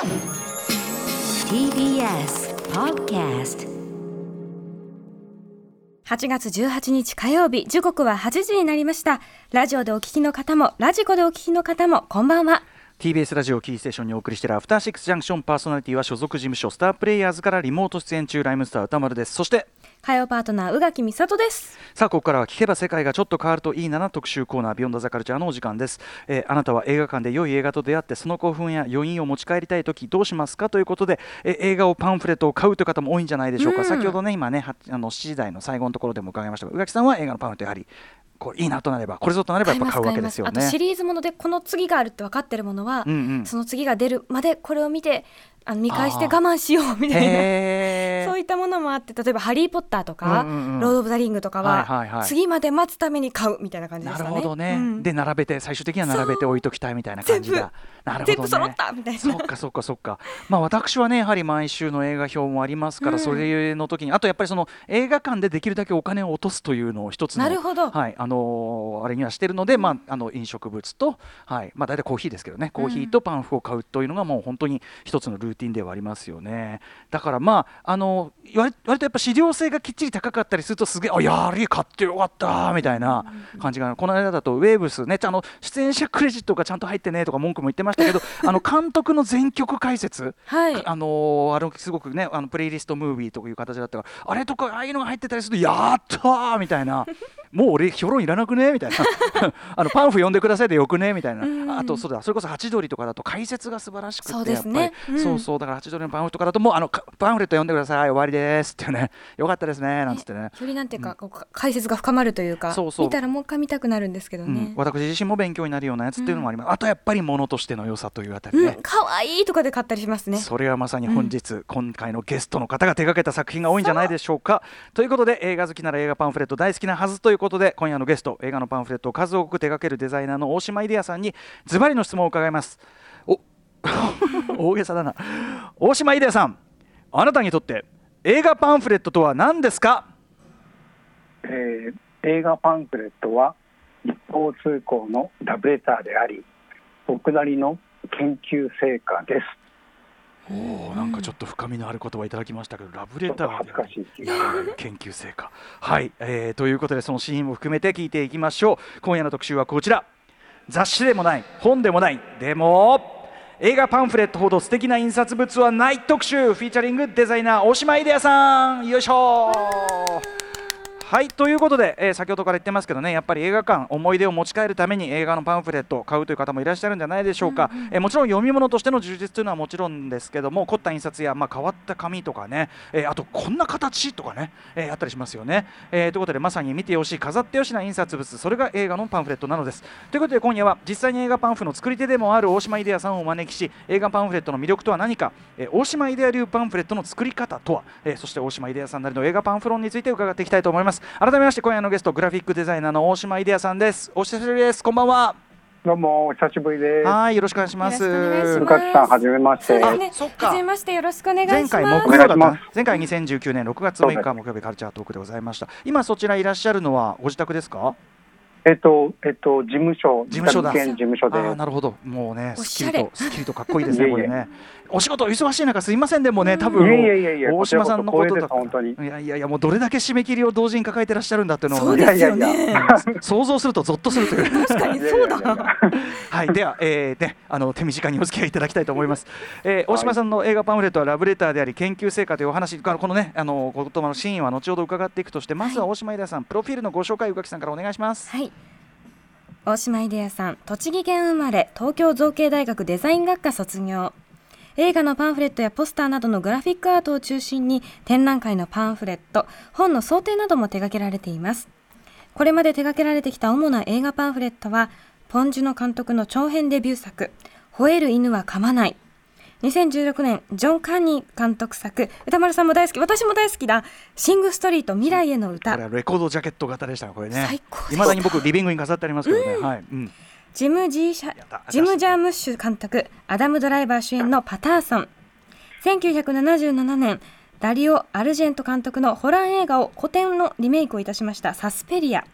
TBS Podcast。 8月18日火曜日、時刻は8時になりました。ラジオでお聞きの方もラジコでお聞きの方もこんばんは。 TBS ラジオキーステーションにお送りしているアフターシックスジャンクション、パーソナリティは所属事務所スタープレイヤーズからリモート出演中、ライムスター歌丸です。そして火曜パートナー宇垣美里です。 さあ、ここからは聞けば世界がちょっと変わるといいな特集コーナー、ビヨンドザカルチャーのお時間です。あなたは映画館で良い映画と出会ってその興奮や余韻を持ち帰りたいときどうしますかということで、映画をパンフレットを買うという方も多いんじゃないでしょうか。先ほどね、今ね、7時台の最後のところでも伺いましたが、宇垣さんは映画のパンフレットやはりこういいなとなれば、これぞとなればやっぱ買うわけですよね。 あとシリーズものでこの次があるって分かってるものは、その次が出るまでこれを見て見返して我慢しようみたいなそういったものもあって、例えばハリーポッターとか、ロードオブザリングとかは、次まで待つために買うみたいな感じでしたね。 なるほどね、で並べて最終的には並べて置いときたいみたいな感じだ。なるほどね、 全部揃ったみたいな。 そっか、まあ、私はねやはり毎週の映画表もありますから、それの時にあとやっぱりその映画館でできるだけお金を落とすというのを一つの、 なるほど、 はい、あれにはしてるので、まあ、飲食物と、はい、まあ、大体コーヒーですけどね、コーヒーとパンフを買うというのがもう本当に一つのルーティンではありますよね。だからまあ割とやっぱ資料性がきっちり高かったりすると、すげえやり買ってよかったみたいな感じが、この間だとウェーブスね、出演者クレジットがちゃんと入ってねとか文句も言ってましたけど監督の全曲解説、はい、すごくねプレイリストムービーという形だったから、あれとかああいうのが入ってたりするとやったーみたいなもう俺評論いらなくねみたいなパンフ読んでくださいでよくねみたいな、あとそれこそハチドリとかだと解説が素晴らしくて、 そうですね、 そうだからハチドリのパンフとかだともうパンフレット読んでください終わりですっていうね、よかったですねなんつってね、 よりなんていうか、解説が深まるというか、見たらもう一回見たくなるんですけどね、 私自身も勉強になるようなやつっていうのもあります。あとやっぱり物としての良さというあたりね、 かわいいとかで買ったりしますね。 それはまさに今回のゲストの方が手掛けた作品が多いんじゃないでしょうか。ということで、映画好きなら映画パンフレット大好きなはずということで、今夜のゲスト、映画のパンフレットを数多く手掛けるデザイナーの大島イデアさんにズバリの質問を伺います。大げさだな。大島イデアさん、あなたにとって映画パンフレットとは何ですか？ 映画パンフレットは一方通行のラブレターであり、僕なりの研究成果です。 なんかちょっと深みのある言葉いただきましたけど、ラブレター恥ずかしい研究成果、はい、ということで、そのシーンも含めて聞いていきましょう。今夜の特集はこちら。雑誌でもない、本でもない、でも映画パンフレットほど素敵な印刷物はない特集、フィーチャリングデザイナー大島イデアさん、よいしょ。はい、ということで、先ほどから言ってますけどね、やっぱり映画館、思い出を持ち帰るために映画のパンフレットを買うという方もいらっしゃるんじゃないでしょうか。もちろん読み物としての充実というのはもちろんですけども、凝った印刷や、変わった紙とかね、あとこんな形とかね、あったりしますよね。ということで、まさに見てよし飾ってよしな印刷物、それが映画のパンフレットなのです。ということで、今夜は実際に映画パンフの作り手でもある大島イデアさんをお招きし、映画パンフレットの魅力とは何か、大島イデア流パンフレットの作り方とは、そして大島イデアさんなりの映画パンフ論について伺っていきたいと思います。改めまして、今夜のゲスト、グラフィックデザイナーの大島イデアさんです。お久しぶりです。こんばんは。 どうもお久しぶりです。 はい、よろしくお願いします。 宇垣さん、はじめまして。 はじめまして、よろしくお願いします。 前回2019年6月6日木曜日カルチャートークでございました。今そちらいらっしゃるのはご自宅ですか？ 事務所だ。事務所で。 なるほど。もうね、すっきりとかっこいいですねこれね。お仕事忙しい中すいません。でもね、多分大島さんのことだから、いやもうどれだけ締め切りを同時に抱えてらっしゃるんだっていうのを想像するとゾッとするという。 確かにそうだ。 はい、では手短にお付き合いいただきたいと思います。大島さんの映画パンフレットはラブレターであり研究成果というお話、このね言葉の真意は後ほど伺っていくとして、まずは大島イデアさん、プロフィールのご紹介、宇垣さんからお願いします。 はい、大島イデアさん、栃木県生まれ、東京造形大学デザイン学科卒業。映画のパンフレットやポスターなどのグラフィックアートを中心に展覧会のパンフレット、本の装丁なども手掛けられています。これまで手掛けられてきた主な映画パンフレットは、ポン・ジュノ監督の長編デビュー作吠える犬は噛まない、2016年ジョン・カーニー監督作、歌丸さんも大好き、私も大好きだシング・ストリート未来への歌。 これはレコードジャケット型でしたが、これね、 最高でした。 未だに僕リビングに飾ってありますけどね、はい、 ジム・ジャームッシュ監督、アダム・ドライバー主演のパターソン。1977年ダリオ・アルジェント監督のホラー映画を古典のリメイクをいたしましたサスペリア。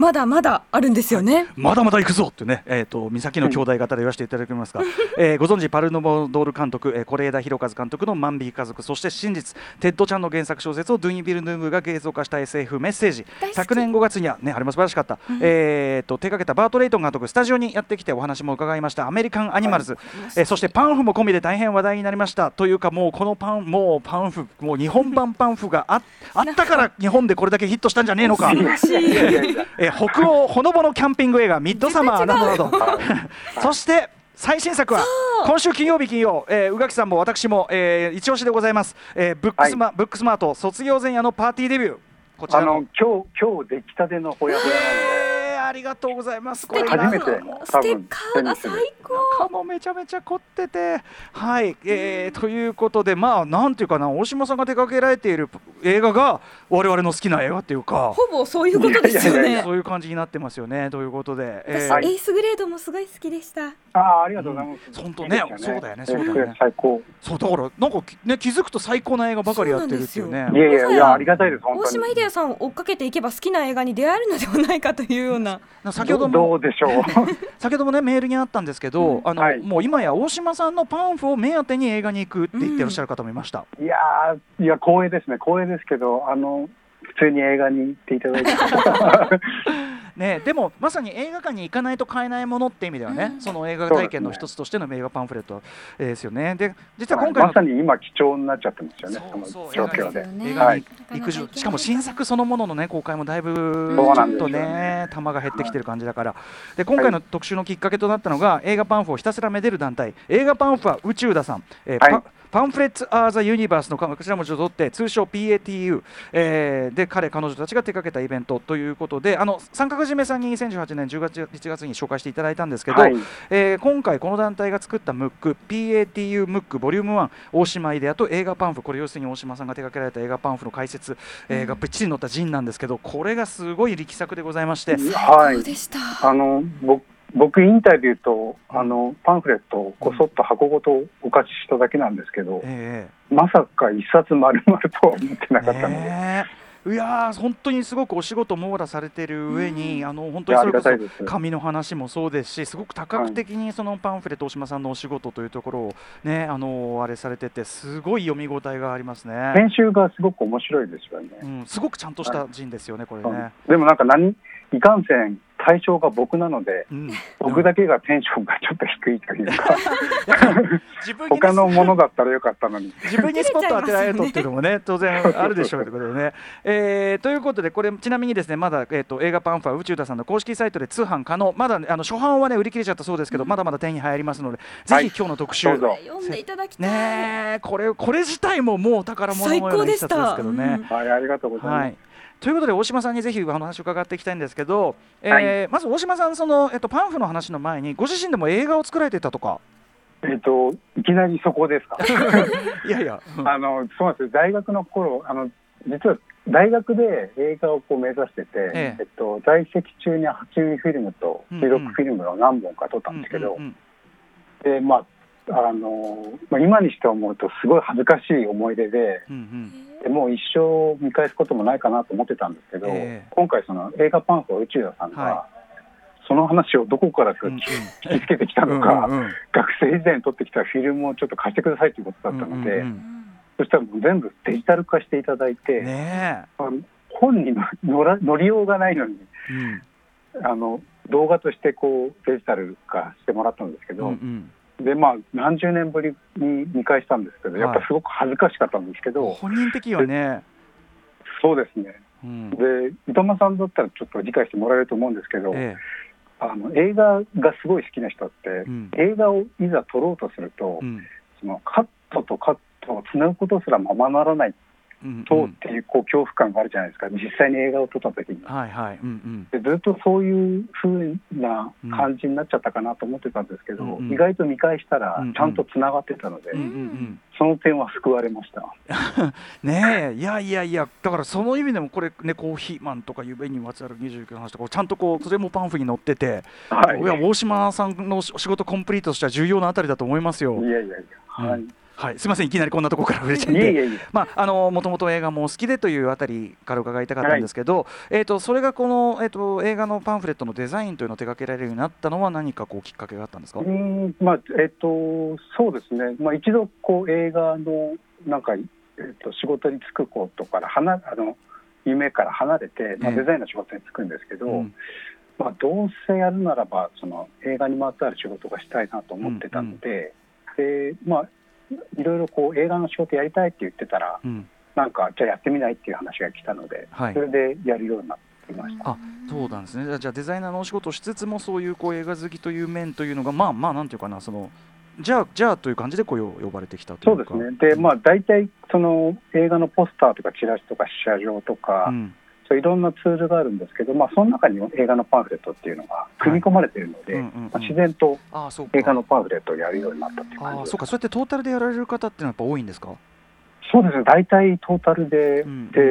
まだまだあるんですよね。 まだまだ行くぞってね、三崎の兄弟方で言わせていただきますが、ご存知パルノボドール監督、是枝裕和監督の万引き家族、そして真実、テッドちゃんの原作小説をドゥニ・ビルヌーブが映像化した SF メッセージ、昨年5月にはね、あれも素晴らしかった、手掛けたバート・レイトン監督、スタジオにやってきてお話も伺いましたアメリカン・アニマルズ、そしてパンフも込みで大変話題になりました。というかもうこのパンフ、もう日本版パンフがあったから日本でこれだけヒットしたんじゃねえのか。北欧ほのぼのキャンピング映画ミッドサマーなどなどそして最新作は今週金曜日宇垣さんも私も、一押しでございます、ブックスマート卒業前夜のパーティーデビュー、こちらの今日出来たてのほやほやなので、 ありがとうございます。 これ初めてステッカーが最高、 中もめちゃめちゃ凝ってて、はい、ということで、まあなんていうかな、大島さんが手掛けられている映画が我々の好きな映画っていうか、 ほぼそういうことですよね。 そういう感じになってますよね。ということで、 私、エースグレードもすごい好きでした。 ありがとうございます。 本当ね、そうだよね、 最高。 そうだからなんかね、気づくと最高な映画ばかりやってるっていうね。 いやありがたいです。 大島秀也さんを追っかけていけば好きな映画に出会えるのではないかというような。 先ほどもどうでしょう先ほどもねメールにあったんですけど、もう今や大島さんのパンフを目当てに映画に行くって言ってらっしゃる方もいました。 いや光栄ですね。光栄ですけど、普通に映画に行っていただいてね、でもまさに映画館に行かないと買えないものって意味ではね、その映画体験の一つとしての映画パンフレットですよね。で実は今回のまさに今貴重になっちゃってますよね。その状況で映画に行く、しかも新作そのもののね公開もだいぶちょっとね玉が減ってきてる感じだから。で今回の特集のきっかけとなったのが、映画パンフをひたすらめでる団体、映画パンフは宇宙ださん、パンフレッツ・アー・ザ・ユニバースのこちらもちょっと取って通称 PATU、で彼女たちが手掛けたイベントということで、三角締めさんに2018年10月1月に紹介していただいたんですけど、今回この団体が作ったムック PATU ムックボリューム1大島イデアと映画パンフ、これ要するに大島さんが手掛けられた映画パンフの解説、がぶっちり載ったジンなんですけど、これがすごい力作でございまして、 そうでした。 僕インタビューとパンフレットをこそっと箱ごとお貸ししただけなんですけど、まさか一冊丸々とは思ってなかったので、 いや本当にすごくお仕事網羅されている上に、本当にそれこそ紙の話もそうですし、すごく多角的にそのパンフレット大島さんのお仕事というところをね、あれされてて、すごい読み応えがありますね。 編集がすごく面白いですよね。 すごくちゃんとした陣ですよね、これね。 でもなんかいかんせん対象が僕なので、僕だけがテンションがちょっと低いというか他のものだったらよかったのに自分にスポット当てられるとっていうのもね当然あるでしょうということでね、ということでこれちなみにですね、まだ、映画パンフは宇宙田さんの公式サイトで通販可能、まだ初版はね売り切れちゃったそうですけど、まだまだ手に入りますので、ぜひ今日の特集、 読んでいただきたいね。これ自体ももう宝物のような一冊ですけどね。 ありがとうございます。 ということで大島さんにぜひお話を伺っていきたいんですけど、まず大島さんパンフの話の前にご自身でも映画を作られていたとか。 いきなりそこですかいやいや、 そうなんですよ。大学の頃実は大学で映画を目指してて、在籍中に8ミリフィルムと収録フィルムを何本か撮ったんですけど、で今にして思うとすごい恥ずかしい思い出で、もう一生見返すこともないかなと思ってたんですけど、今回その映画パンフを宇宙田さんが、その話をどこから引きつけてきたのか、学生時代に撮ってきたフィルムをちょっと貸してくださいということだったので、そしたらもう全部デジタル化していただいて、本に乗りようがないのに、動画としてデジタル化してもらったんですけど、で何十年ぶりに見返したんですけど、やっぱすごく恥ずかしかったんですけど、 本人的にはね。 そうですね。で伊藤間さんだったらちょっと理解してもらえると思うんですけど、映画がすごい好きな人って、映画をいざ撮ろうとすると、そのカットとカットをつなぐことすらままならないとっていう恐怖感があるじゃないですか、実際に映画を撮った時に。でずっとそういう風な感じになっちゃったかなと思ってたんですけど、意外と見返したらちゃんとつながってたので、その点は救われましたねえ、いやだからその意味でもこれね、コーヒーマンとか夢にまつわる29の話とかちゃんとそれもパンフに載ってて、大島さんの仕事コンプリートとしては重要なあたりだと思いますよ。 はい、すみませんいきなりこんなところから触れちゃって、もともと映画も好きでというあたりから伺いたかったんですけど、それがこの、映画のパンフレットのデザインというのを手掛けられるようになったのは何かこうきっかけがあったんですか？ そうですね、一度こう映画のなんか、仕事に就くことから夢から離れて、デザインの仕事に就くんですけど、どうせやるならばその映画にまつわる仕事がしたいなと思ってたので、いろいろこう映画の仕事やりたいって言ってたら、なんかじゃあやってみないっていう話が来たので、それでやるようになっていました。 そうなんですね。じゃあデザイナーのお仕事をしつつもそういうこう映画好きという面というのがなんていうかな、じゃあという感じでこう呼ばれてきたというか。 そうですね。で大体その映画のポスターとかチラシとか試写場とか、そういろんなツールがあるんですけど、その中に映画のパンフレットっていうのが組み込まれているので、自然と映画のパンフレットをやるようになったっていう感じです。 そうか、そうやってトータルでやられる方っていうのはやっぱ多いんですか？ そうですね、大体トータルで、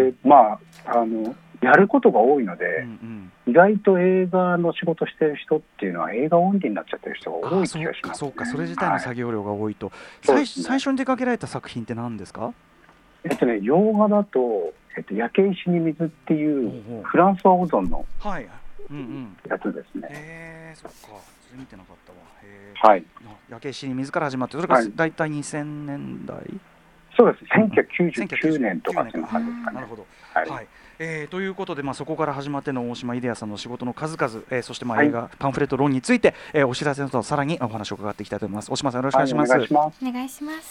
やることが多いので、意外と映画の仕事してる人っていうのは映画オンリーになっちゃってる人が多い気がします。 そうか、それ自体の作業量が多いと。最初に出かけられた作品って何ですか？ 洋画だと、焼け石に水っていうフランスワ・オゾンのやつですね。 そっか、それ見てなかったわ。 はい、 焼け石に水から始まって、それが大体2000年代、 そうです、1999年とかっていう感じですかね。 なるほど。ということで、そこから始まっての大島イデアさんの仕事の数々、そして映画パンフレット論について、お知らせのとさらにお話を伺っていきたいと思います。大島さんよろしくお願いします。 お願いします。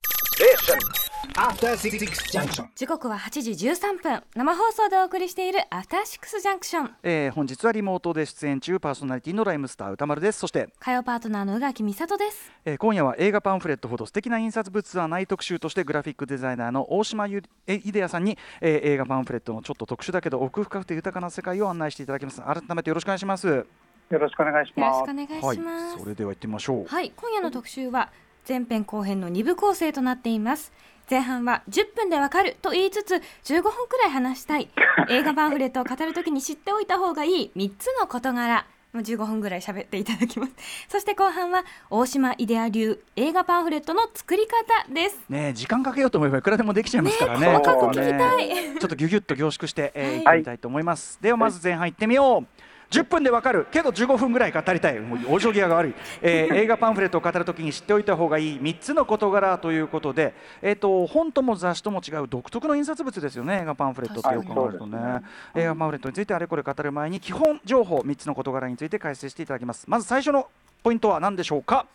時刻は8時13分、生放送でお送りしているアフターシックスジャンクション、 本日はリモートで出演中、パーソナリティのライムスター歌丸です。そして火曜パートナーの宇垣美里です。 今夜は映画パンフレットほど素敵な印刷物はない特集として、グラフィックデザイナーの大島イデアさんに、映画パンフレットのちょっと特殊だけど奥深くて豊かな世界を案内していただきます。改めてよろしくお願いします。 よろしくお願いします。 それでは行ってみましょう。 今夜の特集は前編後編の2部構成となっています。前半は10分でわかると言いつつ15分くらい話したい映画パンフレットを語るときに知っておいた方がいい3つの事柄、15分ぐらい喋っていただきます。そして後半は大島イデア流映画パンフレットの作り方ですね。 時間かけようと思えばいくらでもできちゃいますからね。 細かく聞きたい。 ちょっとギュギュッと凝縮していってみたいと思います。ではまず前半いってみよう。10分でわかるけど15分ぐらい語りたい、もうお上際が悪い、映画パンフレットを語るときに知っておいた方がいい3つの事柄ということで、本とも雑誌とも違う独特の印刷物ですよね、映画パンフレットってよく考えるとね。映画パンフレットについてあれこれ語る前に基本情報3つの事柄について解説していただきます。まず最初のポイントは何でしょうか？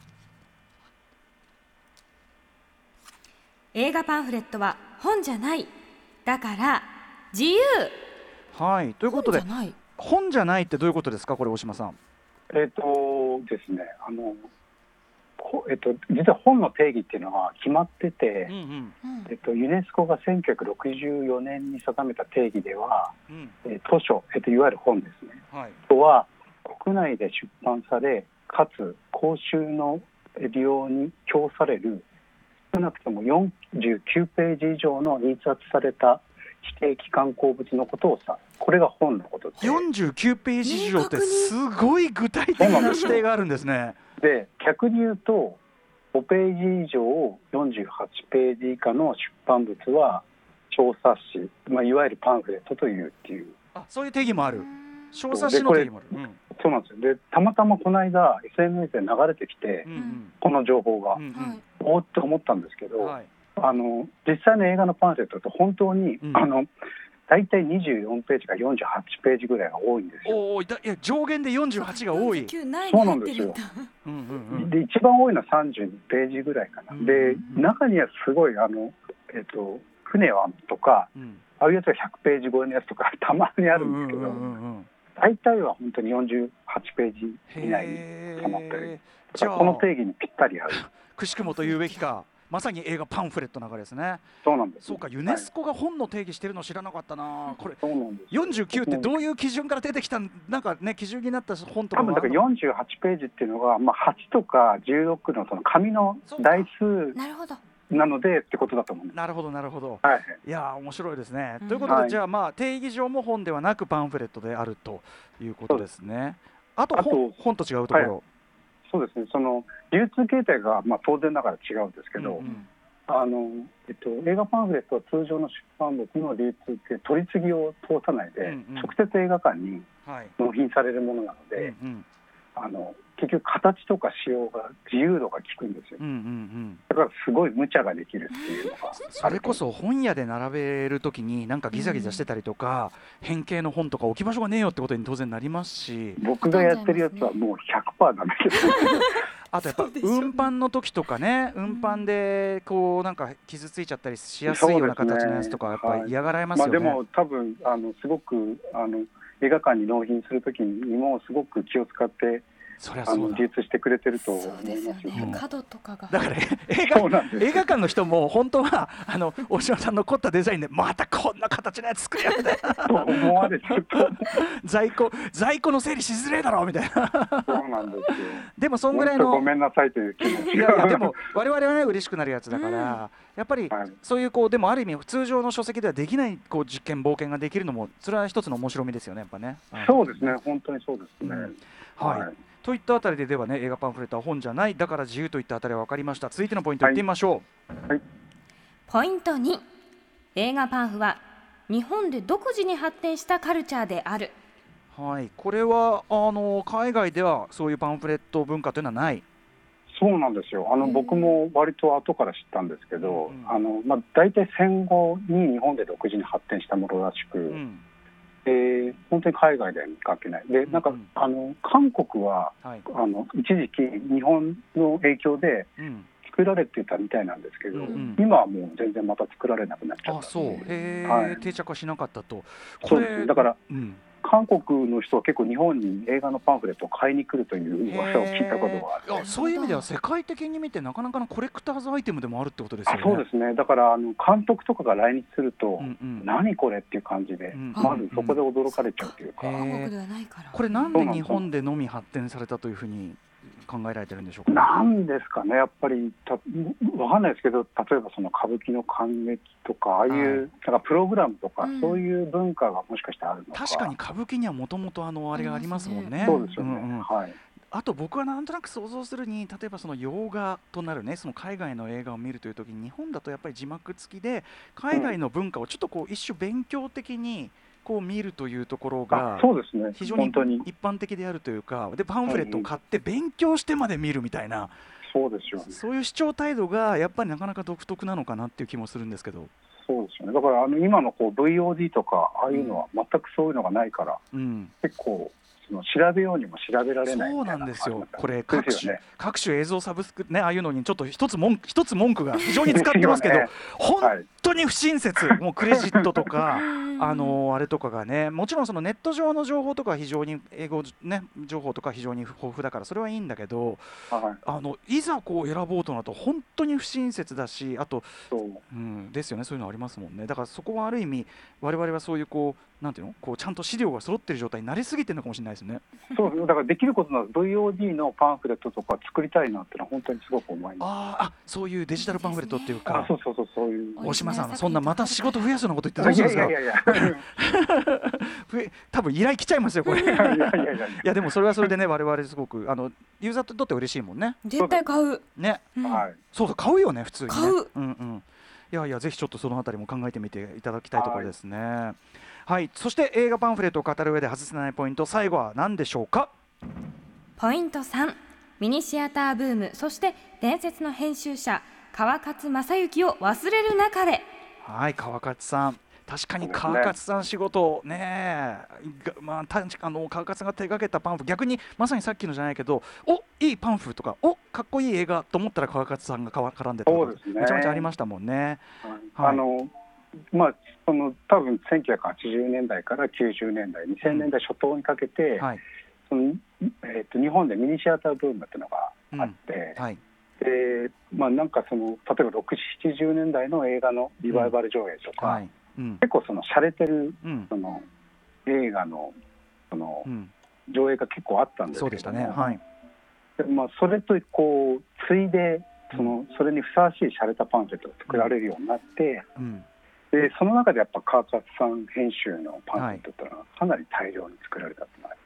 映画パンフレットは本じゃない、だから自由。 ということで本じゃないってどういうことですか、これ大島さん。 ですね、実は本の定義っていうのは決まってて、ユネスコが1964年に定めた定義では、図書、いわゆる本ですね、とは国内で出版されかつ公衆の利用に供される少なくとも49ページ以上の印刷された指定期間鉱物のことをこれが本のことです。 49ページ以上ってすごい具体的な指定があるんですね。 で、逆に言うと5ページ以上48ページ以下の出版物は小冊子、いわゆるパンフレットというっていう、 そういう定義もある。小冊子の定義もある。 そうなんですよ。で、たまたまこの間 SNS で流れてきて、この情報が、おーって思ったんですけど、実際の映画のパンフレットって本当に、大体24ページか48ページぐらいが多いんですよ。 上限で48が多い。 そうなんですよ。で、一番多いのは32ページぐらいかな。で、中にはすごい船はとか、ああいうやつが100ページ超えのやつとかたまにあるんですけど、大体は本当に48ページ以内に収まってる。この定義にぴったり合う。 くしくもと言うべきか。まさに映画パンフレットの流れですね。 そうなんです。 そうか、ユネスコが本の定義してるの知らなかったな。これ49ってどういう基準から出てきたなんかね、基準になった本とかも多分だから48ページっていうのが、8とか16のその紙の台数なのでってことだと思うんです。 なるほどなるほど。いや面白いですね。ということで、じゃあ定義上も本ではなくパンフレットであるということですね。あと本と違うところ。 そうですね、その流通形態が当然ながら違うんですけど、映画パンフレットは通常の出版物の流通って取り次ぎを通さないで、直接映画館に納品されるものなので、結局形とか仕様が自由度が効くんですよ、だからすごい無茶ができるっていうのがそれこそ本屋で並べるときになんかギザギザしてたりとか、変形の本とか置き場所がねえよってことに当然なりますし、 僕がやってるやつはもう 100% ダメですあとやっぱ運搬の時とかね、運搬でこうなんか傷ついちゃったりしやすいような形のやつとかやっぱり嫌がられますよね。 でも多分すごく映画館に納品するときにもすごく気を使って流通してくれてると思いますよね。 角とかがだから映画館の人も本当は大島さんの凝ったデザインでまたこんな形のやつ作りやがってと思われてると在庫の整理しづれえだろみたいな。 そうなんですよ。 でもそんぐらいのごめんなさいという気持ちいやでも我々はね嬉しくなるやつだから、やっぱりそういうこうでもある意味通常の書籍ではできないこう実験冒険ができるのもそれは一つの面白みですよね、やっぱね。 そうですね、本当にそうですね。 はいといったあたりではね、映画パンフレットは本じゃない、だから自由といったあたりは分かりました。続いてのポイントいってみましょう。 ポイント2、映画パンフは日本で独自に発展したカルチャーである。 はい、これは海外ではそういうパンフレット文化というのはない。 そうなんですよ。僕も割と後から知ったんですけど、大体戦後に日本で独自に発展したものらしく、本当に海外では見かけない。で、なんか、韓国は、一時期日本の影響で作られてたみたいなんですけど、今はもう全然また作られなくなっちゃった。 定着はしなかったと。 そうですね。だから、韓国の人は結構日本に映画のパンフレットを買いに来るという噂を聞いたことがあって、 そういう意味では世界的に見てなかなかのコレクターズアイテムでもあるってことですよね。 そうですね。だから監督とかが来日すると、何これっていう感じで、まずそこで驚かれちゃうというか。 韓国ではないから。 これなんで日本でのみ発展されたというふうに考えられてるんでしょうか。 なんですかね、やっぱりわかんないですけど、例えばその歌舞伎の感激とか、ああいうなんかプログラムとか、そういう文化がもしかしてあるのか。 確かに歌舞伎にはもともとあれがありますもんね。 そうですよね。 あと僕はなんとなく想像するに、例えばその洋画となるね、その海外の映画を見るというときに、日本だとやっぱり字幕付きで海外の文化をちょっとこう一種勉強的にこう見るというところが非常に一般的であるというか、でパンフレットを買って勉強してまで見るみたいな、 そうですよね。 そういう主張態度がやっぱりなかなか独特なのかなっていう気もするんですけど。 そうですよね。だから今のこう VOD とかああいうのは全くそういうのがないから、結構その調べようにも調べられないみたいな。そうなんですよ。これ各種映像サブスクね、ああいうのにちょっと一つ文句が非常に使ってますけど、本当に不親切、もうクレジットとかあれとかがね、もちろんそのネット上の情報とか非常に英語ね情報とか非常に豊富だからそれはいいんだけど、いざこう選ぼうとなると本当に不親切だし、あとですよね、そういうのありますもんね。だからそこはある意味我々はそういうこうなんていうの、こうちゃんと資料が揃ってる状態になりすぎてるのかもしれないですね。 そうだからできることなら VOD のパンフレットとか作りたいなってのは本当にすごく思います。 そういうデジタルパンフレットっていうか。 そういう。 大島さん、そんなまた仕事増やすようなこと言ってどうするんですか。多分依頼来ちゃいますよこれ。いやでもそれはそれでね、我々すごくユーザーにとって嬉しいもんね。 絶対買うね。そう買うよね普通にね。買う。いやぜひちょっとそのあたりも考えてみていただきたいところですね。はい、そして映画パンフレットを語る上で外せないポイント、最後は何でしょうか。 ポイント3、ミニシアターブーム、そして伝説の編集者川勝正幸を忘れるなかれ。はい、 川勝さん、確かに川勝さん仕事ね、川勝さんが手がけたパンフ、逆にまさにさっきのじゃないけど、いいパンフとかかっこいい映画と思ったら川勝さんが絡んでたとか、めちゃめちゃありましたもんね。 その多分1980年代から90年代2000年代初頭にかけて、日本でミニシアターブームっていうのがあって、なんかその例えば60、70年代の映画のリバイバル上映とか、結構その洒落てるその映画のその上映が結構あったんですけども、それとこうついでそれにふさわしい洒落たパンフレットが作られるようになって、でその中でやっぱ川勝さん編集のパンフレットってのはかなり大量に作られたってのがあります。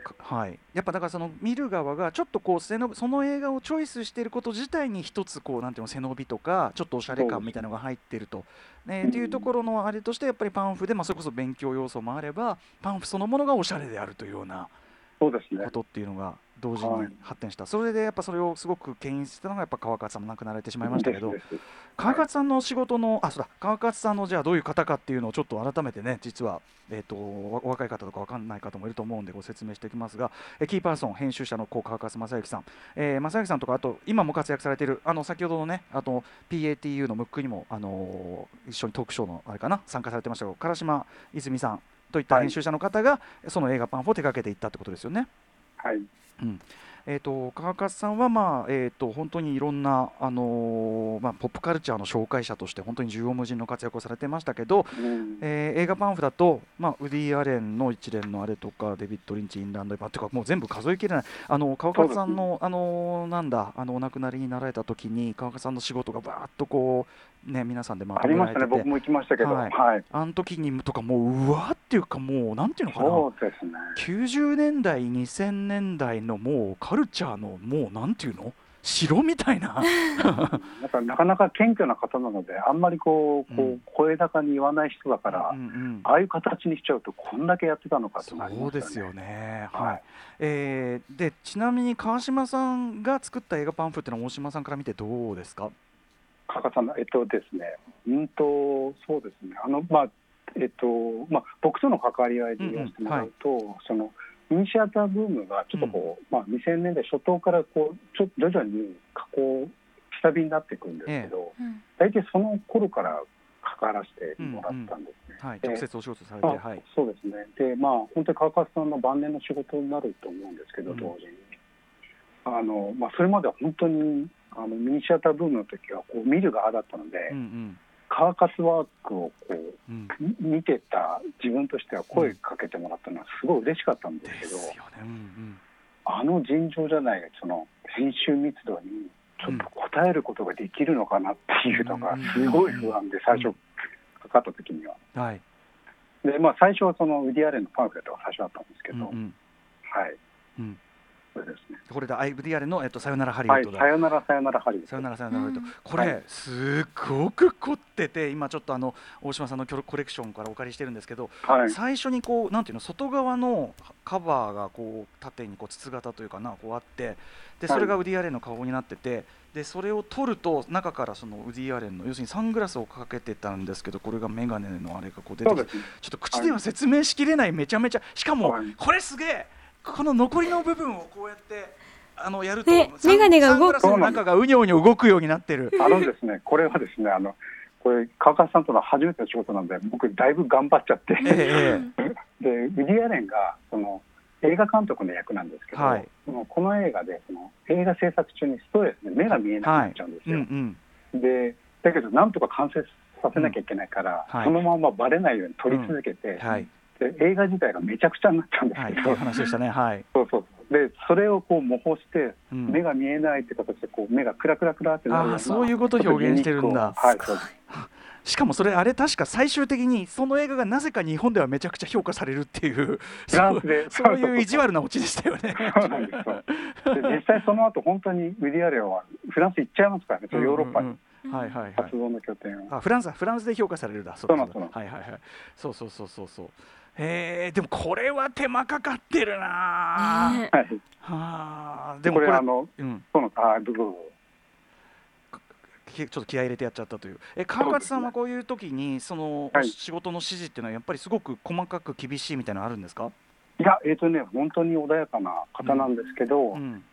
はい、やっぱだからその見る側がちょっとこうその映画をチョイスしていること自体に一つこうなんていうの背伸びとかちょっとおしゃれ感みたいなのが入ってると、ねっていうところのあれとしてやっぱりパンフで、それこそ勉強要素もあればパンフそのものがおしゃれであるというようなことっていうのが同時に発展した、それでやっぱそれをすごく牽引したのがやっぱ川勝さんも亡くなられてしまいましたけど、川勝さんの仕事の川勝さんのじゃあどういう方かっていうのをちょっと改めてね実は、お若い方とか分かんない方もいると思うんでご説明していきますが、キーパーソン編集者の川勝正幸さん、正幸さんとかあと今も活躍されている先ほどのねあと PATU のムックにも、一緒にトークショーのあれかな参加されてましたけど唐島泉さんといった編集者の方がその映画パンフを手掛けていったってことですよね。 はい。 川勝さんは、本当にいろんな、ポップカルチャーの紹介者として本当に縦横無尽の活躍をされてましたけど、映画パンフだと、ウディ・アレンの一連のあれとかデビッド・リンチ・インランド・エヴァとかもう全部数えきれない川勝さんの、お亡くなりになられた時に川勝さんの仕事がバーッとこう、皆さんでまとめられてて、 ありましたね、僕も行きましたけど、 あの時にとかもううわーっていうかもうなんていうのかな、 そうですね、 90年代2000年代のもうカルチャーのもうなんていうの城みたいななかなか謙虚な方なのであんまりこう声高に言わない人だから、ああいう形にしちゃうとこんだけやってたのかとなりますよね。 そうですよね、でちなみに川島さんが作った映画パンフっていうのは大島さんから見てどうですか？ 川勝さんのですね、そうですね、僕との関わり合いで言わせてもらうと、そのミニシアターブームがちょっとこう、2000年代初頭からこう徐々に下火になっていくんですけど、大体その頃から関わらせてもらったんですね。 直接お仕事されて、 そうですね。で、本当に川勝さんの晩年の仕事になると思うんですけど、同時にそれまでは本当にミニシアターブームの時はこう見る側だったので、川勝ワークをこう、見てた自分としては声かけてもらったのはすごい嬉しかったんですけど、尋常じゃないその編集密度にちょっと応えることができるのかなっていうのがすごい不安で、最初かかった時には、で最初はそのウディ・アレンのパンフレットが最初だったんですけど、 これでウディ・アレンの、さよならハリウッドだ、 さよならハリウッド、 さよならハリウッド、これすっごく凝ってて、今ちょっと大島さんのコレクションからお借りしてるんですけど、最初にこうなんていうの外側のカバーがこう縦にこう筒型というかなこうあって、でそれがウディ・アレンの顔になってて、でそれを取ると中からそのウディ・アレンの要するにサングラスをかけてたんですけど、これがメガネのあれがこう出てきて、ちょっと口では説明しきれない、めちゃめちゃ、しかもこれすげえ、この残りの部分をこうやってやるとメガネが動く、 サングラスの中がうにょうにょ動くようになってる。 ですね、これはですねこれ川勝さんとの初めての仕事なんで僕だいぶ頑張っちゃって、でウディ・アレンがその映画監督の役なんですけど、この映画でその映画制作中にストレスで目が見えなくなっちゃうんですよ、でだけどなんとか完成させなきゃいけないから、そのままバレないように撮り続けて、で映画自体がめちゃくちゃになっちゃうんですけど、 話でしたね、 でそれをこう模倣して、目が見えないって形でこう目がクラクラクラってなるような、 そういうことを表現してるんだ。しかもそれあれ確か最終的にその映画がなぜか日本ではめちゃくちゃ評価されるっていうそういう意地悪なオチでしたよね。 そうなんですよ。で実際その後本当にウディ・アレンはフランス行っちゃいますからね、ヨーロッパに活動の拠点を。 フランスで評価されるだ。そう。でもこれは手間かかってるな。 でもこれちょっと気合い入れてやっちゃったという。川勝さんはこういう時にその仕事の指示っていうのはやっぱりすごく細かく厳しいみたいなのあるんですか？ いや本当に穏やかな方なんですけど、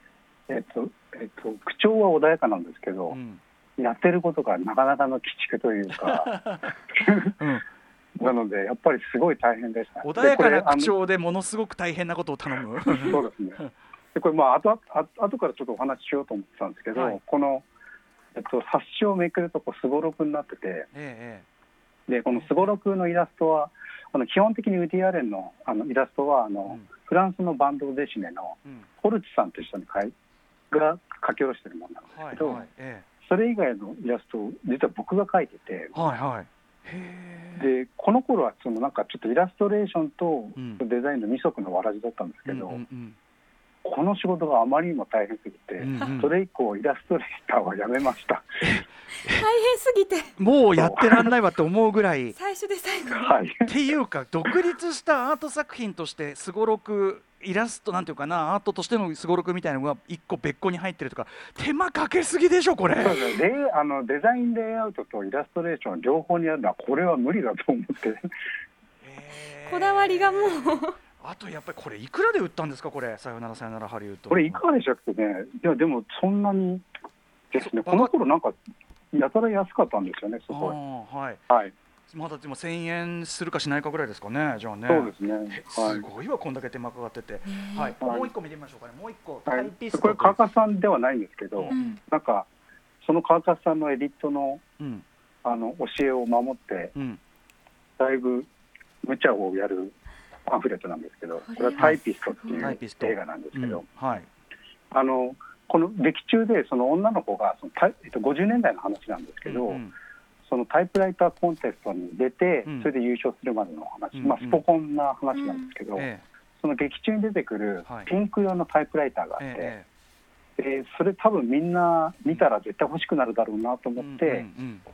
口調は穏やかなんですけど、やってることがなかなかの鬼畜というかなのでやっぱりすごい大変でした。 穏やかな口調でものすごく大変なことを頼む。 そうですね。でこれ後からちょっとお話ししようと思ってたんですけど、この冊子をめくるとすごろくになってて、でこのすごろくのイラストは基本的にウディ・アレンのイラストはフランスのバンドデシネのホルツさんと一緒にが書き下ろしてるものなんですけど、それ以外のイラストを実は僕が描いてて、 でこの頃はなんかちょっとイラストレーションとデザインの二足のわらじだったんですけど、この仕事があまりにも大変すぎて、それ以降イラストレーターはやめました大変すぎてもうやってらんないわって思うぐらい最初で最後に、 はい、 っていうか独立したアート作品としてすごろくイラストなんていうかなアートとしてのすごろくみたいなのが一個別個に入ってるとか手間かけすぎでしょこれ。 そうですね、デザインレイアウトとイラストレーション両方にやるのはこれは無理だと思ってこだわりがもうあとやっぱりこれいくらで売ったんですかこれさよならさよならハリウッド。 これいかがでしたっけね。いやでもそんなにですね。この頃なんかやたら安かったんですよねすごい。 はい、 はい、 まだでも1000円するかしないかぐらいですかねじゃあね。 そうですね、 すごいわこんだけ手間かかってて、はい、もう一個見てみましょうかね。もう一個タイピスト、 これ川勝さんではないんですけど、なんかその川勝さんのエディットの、教えを守って、だいぶ無茶をやるパンフレットなんですけど、これはタイピストっていう映画なんですけど、この劇中でその女の子が50年代の話なんですけど、そのタイプライターコンテストに出て、それで優勝するまでの話、スポコンな話なんですけど、その劇中に出てくるピンク用のタイプライターがあって、それ多分みんな見たら絶対欲しくなるだろうなと思って、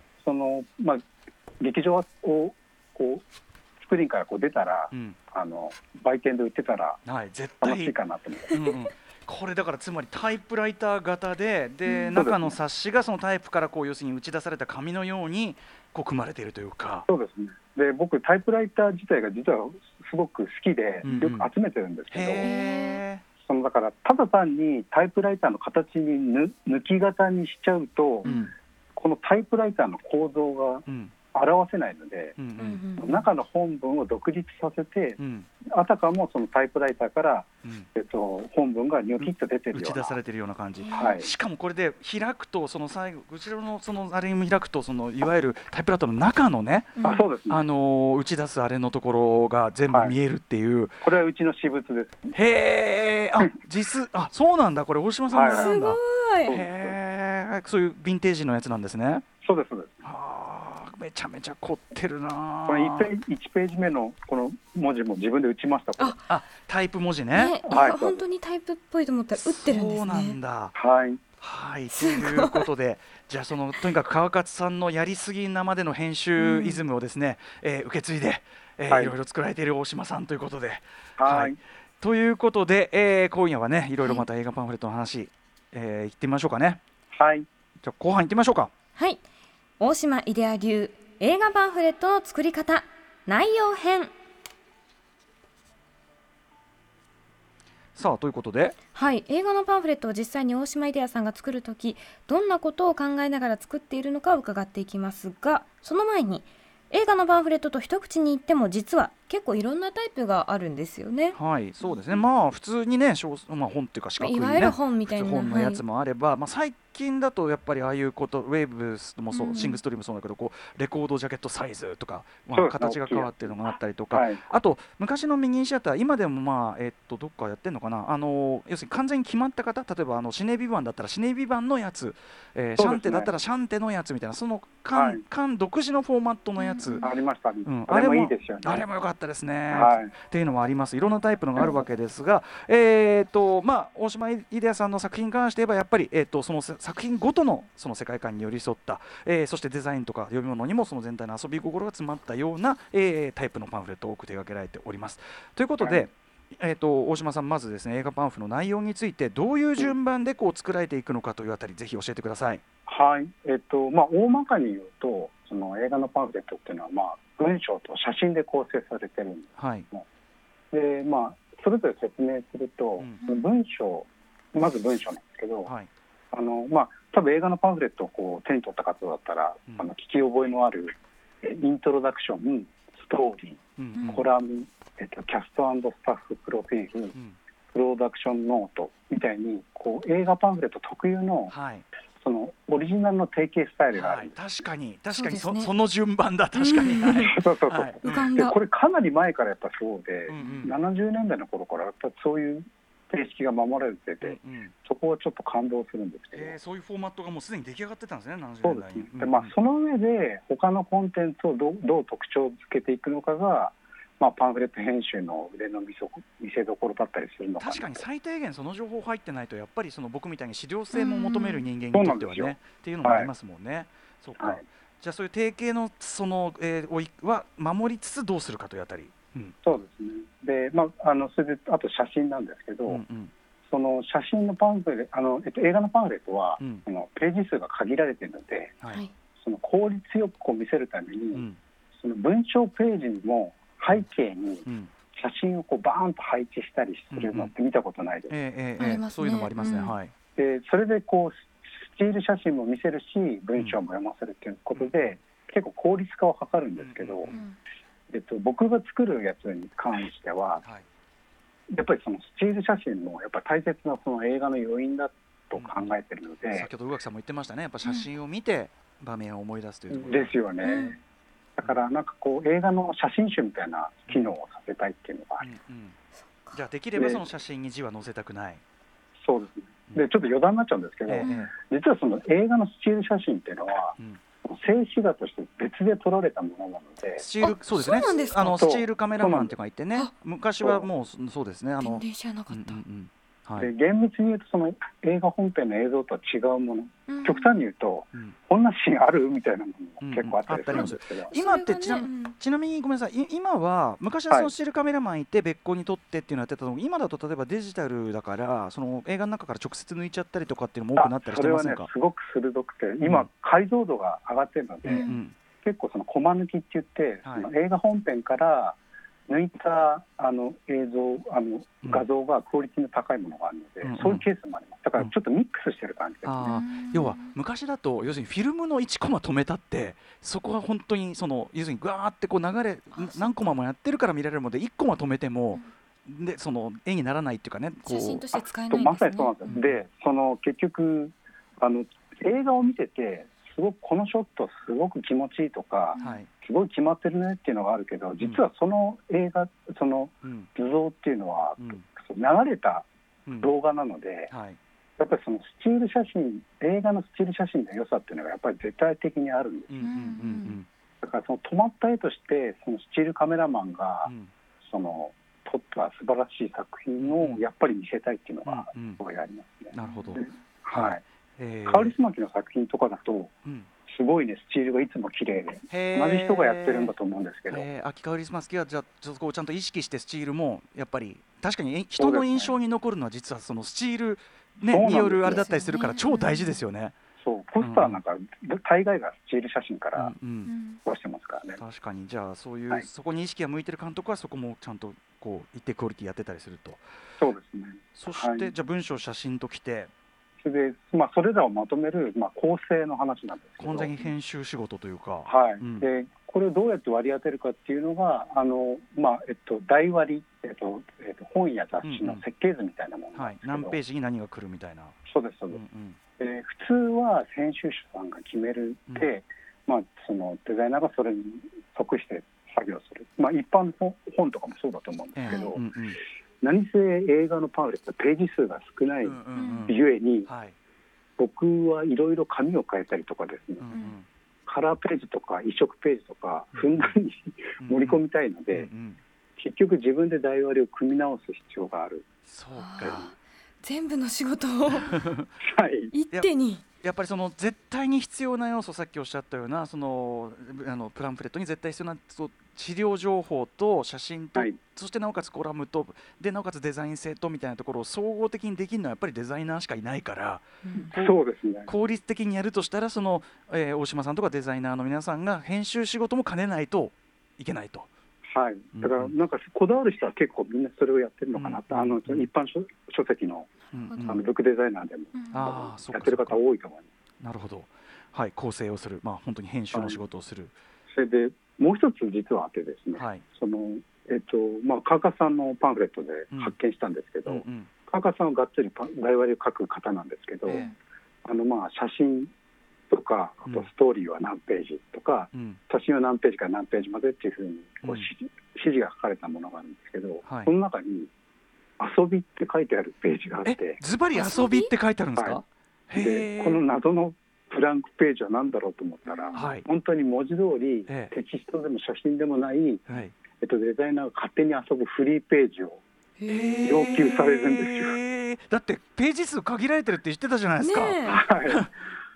劇場をこうスクリーンからこう出たら、売店で売ってたら楽しいかなと思って。 これだからつまりタイプライター型で、中の冊子がそのタイプからこう要するに打ち出された紙のようにこう組まれているというか。 そうですね。で僕タイプライター自体が実はすごく好きでよく集めてるんですけど、だからただ単にタイプライターの形に抜き型にしちゃうと、このタイプライターの構造が表せないので、中の本文を独立させて、あたかもそのタイプライターから、本文がニョキッと出てるような打ち出されてるような感じ、 はい、 しかもこれで開くとその最後後ろのそのあれに開くとそのいわゆるタイプライターの中のね、 そうですね、 打ち出すあれのところが全部見えるっていう、 これはうちの私物です。 へー、そうなんだ、これ大島さんがなんだ、へー、そういうヴィンテージのやつなんですね。 そうですそうです。 めちゃめちゃ凝ってるな。 これ1ページ目のこの文字も自分で打ちました。 タイプ文字ね。 本当にタイプっぽいと思ったら打ってるんですね。 そうなんだ。 はい。 ということでじゃあとにかく川勝さんのやりすぎなまでの編集イズムをですね、受け継いで、いろいろ作られている大島さんということで。ということで、今夜はねいろいろまた映画パンフレットの話、行ってみましょうかね。 はい。 じゃあ後半行ってみましょうか。 はい。大島イデア流映画パンフレットの作り方内容編。 さあということで、 はい、映画のパンフレットを実際に大島イデアさんが作るときどんなことを考えながら作っているのかを伺っていきますが、その前に映画のパンフレットと一口に言っても実は結構いろんなタイプがあるんですよね。 はい、そうですね。まあ普通にね、本っていうか四角いね、 いわゆる本みたいな本のやつもあれば、最近だとやっぱりああいうことウェーブスもそう、シングストリームもそうだけどレコードジャケットサイズとか、形が変わってるのがあったりとか、あと昔のミニシアター今でもどっかやってんのかな、要するに完全に決まった方、例えばシネビバンだったらシネビバンのやつ、シャンテだったらシャンテのやつみたいな、その館独自のフォーマットのやつ、 ありましたね。あれもいいですよね。 あれも良かったですね。っていうのもあります。いろんなタイプのがあるわけですが、大島イデアさんの作品に関して言えばやっぱりその作品ごとのその世界観に寄り添った、そしてデザインとか読み物にもその全体の遊び心が詰まったような、タイプのパンフレットを多く手掛けられております。ということで、大島さんまずですね映画パンフの内容についてどういう順番で作られていくのかというあたりぜひ教えてください。 はい。大まかに言うとその映画のパンフレットっていうのは文章と写真で構成されてるんですけども、でそれぞれ説明すると、文章まず文章なんですけど、多分映画のパンフレットを手に取った方だったら、聞き覚えのあるイントロダクション、ストーリー、コラム、キャスト&スタッフプロフィール、プロダクションノートみたいに映画パンフレット特有の、そのオリジナルの定型スタイルがある。 確かに その順番だ。確かに、 でこれかなり前からやっぱそうで、70年代の頃からやっぱそういう形式が守られてて、そこはちょっと感動するんですけど、 そういうフォーマットがもうすでに出来上がってたんですね、70 そう年代に。 ですね。でその上で他のコンテンツをどう特徴をつけていくのかが、パンフレット編集の腕の見せどころだったりするのかな。 確かに最低限その情報入ってないとやっぱりその僕みたいに資料性も求める人間にとってはねっていうのもありますもんね。そうか、じゃあそういう定型のその、は守りつつどうするかというあたり、 そうですね。で、それであと写真なんですけど、その写真のパンフレ映画のパンフレットは、ページ数が限られているので、その効率よく見せるために、その文章ページにも背景に写真をバーンと配置したりするのって見たことないです。 そういうのもありますね。 でそれでスチール写真も見せるし文章も読ませるということで、結構効率化を図るんですけど、僕が作るやつに関しては、やっぱりそのスチール写真もやっぱ大切なその映画の余韻だと考えているので、 先ほど宇垣さんも言ってましたね、やっぱ写真を見て場面を思い出すというところですよね。だからなんか映画の写真集みたいな機能をさせたいっていうのがある。 じゃあできればその写真に字は載せたくない。 そうですね。でちょっと余談になっちゃうんですけど、実はその映画のスチール写真っていうのは、静止画として別で撮られたものなので、 スチール、そうですね、スチールカメラマンって書いてね、昔はもうそうですね、 全然知らなかった。 で厳密に言うとその映画本編の映像とは違うもの、極端に言うと、こんなシーンあるみたいなものも結構あったりするんですけど、 今ってちなみにごめんなさい、今は昔はそのスチールカメラマンいて別個に撮ってっていうのをやってたのが、今だと例えばデジタルだからその映画の中から直接抜いちゃったりとかっていうのも多くなったりしてませんか？ それはね、すごく鋭くて、今解像度が上がってるので、結構そのコマ抜きって言って、その映画本編から抜いた映像画像がクオリティの高いものがあるので、そういうケースもあります。だからちょっとミックスしてる感じですね。 要は昔だと要するにフィルムの1コマ止めたってそこは本当にその要するにガーって流れ何コマもやってるから見られるので1コマ止めてもでその絵にならないっていうかね、 写真として使えないんですね。 まさにそうなんですよ。でその結局映画を見ててすごくこのショットすごく気持ちいいとか、すごい決まってるねっていうのがあるけど、実はその映画その図像っていうのは、流れた動画なので、やっぱりそのスチール写真、映画のスチール写真の良さっていうのがやっぱり絶対的にあるんです。だからその止まった絵としてそのスチールカメラマンがその撮った素晴らしい作品をやっぱり見せたいっていうのがすごいありますね。 なるほど。 カウリスマキの作品とかだと、すごいね、スチールがいつも綺麗で同じ人がやってるんだと思うんですけど、 秋カウリスマキはじゃあそこをちゃんと意識してスチールもやっぱり確かに人の印象に残るのは実はそのスチール、によるあれだったりするから超大事ですよね。 そうポスターなんか大概がスチール写真から出してますからね。 確かに。じゃあそういう、そこに意識が向いてる監督はそこもちゃんと一定クオリティやってたりすると。 そうですね。 そして、じゃあ文章写真ときてそれで、それらをまとめる、構成の話なんですけど、 完全に編集仕事というか、 でこれをどうやって割り当てるかっていうのが台割り、本や雑誌の設計図みたいなものなんですけど、 何ページに何が来るみたいな。 そうですそうです。普通は編集者さんが決めるで、そのデザイナーがそれに即して作業する、一般の本とかもそうだと思うんですけど、何せ映画のパンフレットページ数が少ないゆえに、僕はいろいろ紙を変えたりとかですね、カラーページとか移植ページとかふんだんに盛り込みたいので、結局自分で台割りを組み直す必要がある。 そうか。 全部の仕事を一手に。 やっぱりその絶対に必要な要素、さっきおっしゃったようなそのプランフレットに絶対必要な資料情報と写真と、そしてなおかつコラムとでなおかつデザイン性とみたいなところを総合的にできるのはやっぱりデザイナーしかいないから、 そうですね、 効率的にやるとしたらその、大島さんとかデザイナーの皆さんが編集仕事も兼ねないといけないと。 だからなんかこだわる人は結構みんなそれをやってるのかなと、一般書籍のブックデザイナーでもやってる方多いと思います。 なるほど。構成をする、本当に編集の仕事をする。 それでもう一つ実はあってですね、その川勝さんのパンフレットで発見したんですけど、川勝さんはがっつり台割りを書く方なんですけど、写真とかあとストーリーは何ページとか、写真は何ページから何ページまでっていうふうに指示が書かれたものがあるんですけど、その中に遊びって書いてあるページがあって、 ズバリ遊びって書いてあるんですか？ はい、でこの謎のブランクページは何だろうと思ったら、はい、本当に文字通り、テキストでも写真でもない、はい、デザイナーが勝手に遊ぶフリーページを要求されるんですよ。 だってページ数限られてるって言ってたじゃないですか、はい、